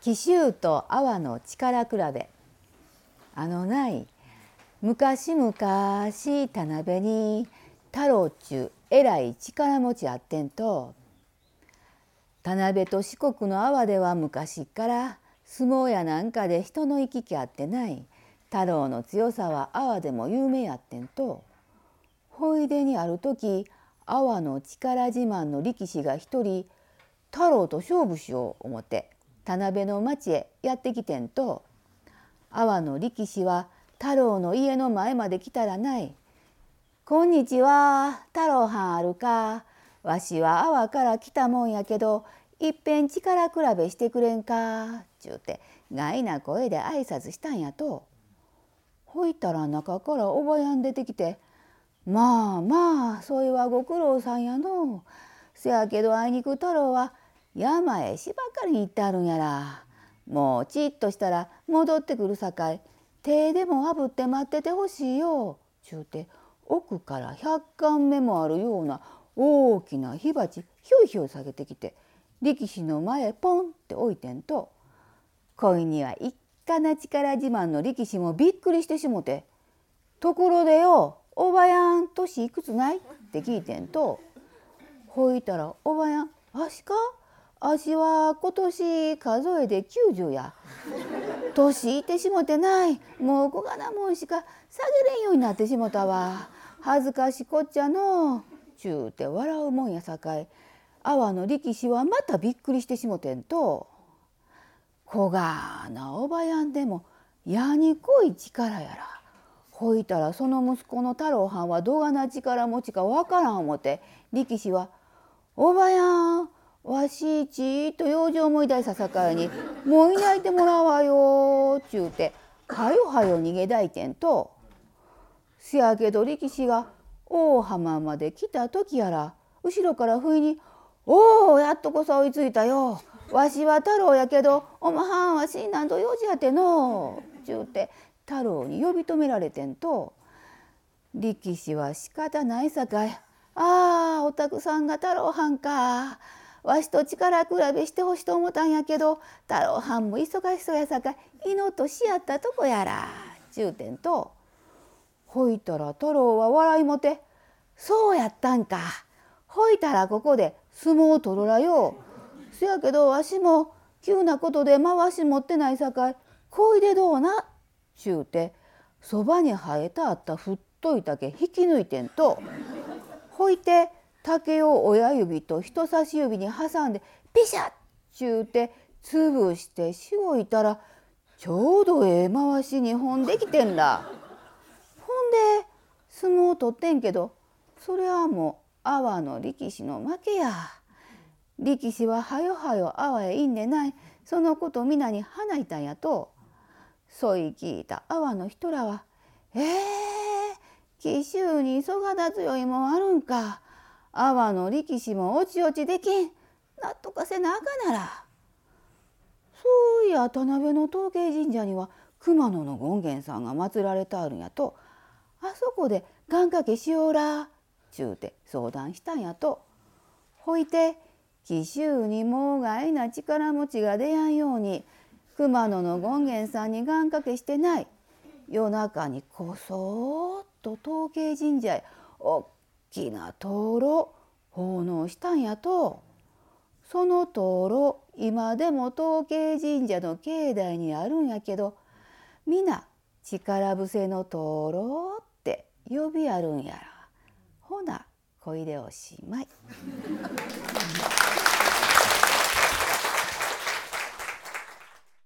紀州と阿波の力比べ。昔々田辺に太郎っちゅうえらい力持ちあってんと、田辺と四国の阿波では昔から相撲やなんかで人の行き来あってない。太郎の強さは阿波でも有名やってんと、ほいでにある時阿波の力自慢の力士が一人太郎と勝負しよう思って田辺の町へやってきてんと、阿波の力士は太郎の家の前まで来たらない。こんにちは、太郎はんあるか。わしは阿波から来たもんやけど、いっぺん力比べしてくれんか。ちゅうてがいな声で挨拶したんやと。ほいたら中からおばやん出てきて、まあまあ、それはご苦労さんやの。せやけどあいにく太郎は山へ芝刈りに行ってあるんやら。もうちっとしたら戻ってくるさかい、手でもあぶって待っててほしいよ。ちゅうて奥から100貫目もあるような大きな火鉢ひょいひょい下げてきて、力士の前へポンって置いてんと、こいにはいっかな力自慢の力士もびっくりしてしもて、ところでよ、おばやん年いくつないって聞いてんと、ほいたらおばやん、あしか、あしは今年数えで90や。年いってしもてない。もう小柄もんしか下げれんようになってしもたわ。恥ずかしこっちゃの。ちゅうて笑うもんやさかい、阿波の力士はまたびっくりしてしもてんと、小がなおばやんでもやにこい力やら。ほいたらその息子の太郎はんはどがな力持ちかわからん思て、力士はおばやん、わしちーっと用事思い出したさかいにもういないてもらうわよちゅうてはよはよ逃げだいてんと、せやけど力士が大浜まで来た時やら、後ろから不意に「おお、やっとこそ追いついたよ。わしは太郎やけどおまはんは死んだんと用事やての」ちゅうて太郎に呼び止められてんと、力士は仕方ないさかい「ああ、おたくさんが太郎はんか。わしと力比べしてほしと思ったんやけど、太郎はんも忙しそうやさかいいのとしやったとこやら」ちゅうてんと、ほいたら太郎は笑いもて「そうやったんか。ほいたらここで相撲を取ろらよ。せやけどわしも急なことで回し持ってないさかい、こいでどうな」ちゅうてそばに生えたあった太い竹引き抜いてんと、ほいて竹を親指と人差し指に挟んでピシャッちゅうて潰してしごいたら、ちょうどええ回し2本できてんら。ほんで相撲を取ってんけど、それはもう阿波の力士の負けや。力士ははよはよ阿波へいんでない。そのこと皆に話いたんやと。そい聞いた阿波の人らは紀州にそがだ強いもんあるんか。阿波の力士もおちおちできん。なんとかせなあかなら。そういや田辺の東慶神社には熊野の権現さんが祀られてあるんやと、あそこで願掛けしようらちゅうて相談したんやと。ほいて紀州にもがいな力持ちが出やんように熊野の権現さんに願掛けしてない。夜中にこそっと東慶神社へおっきな灯籠奉納したんやと。その灯籠今でも東慶神社の境内にあるんやけど、皆力伏せの灯籠って呼びあるんやら。ほなこいでおしまい。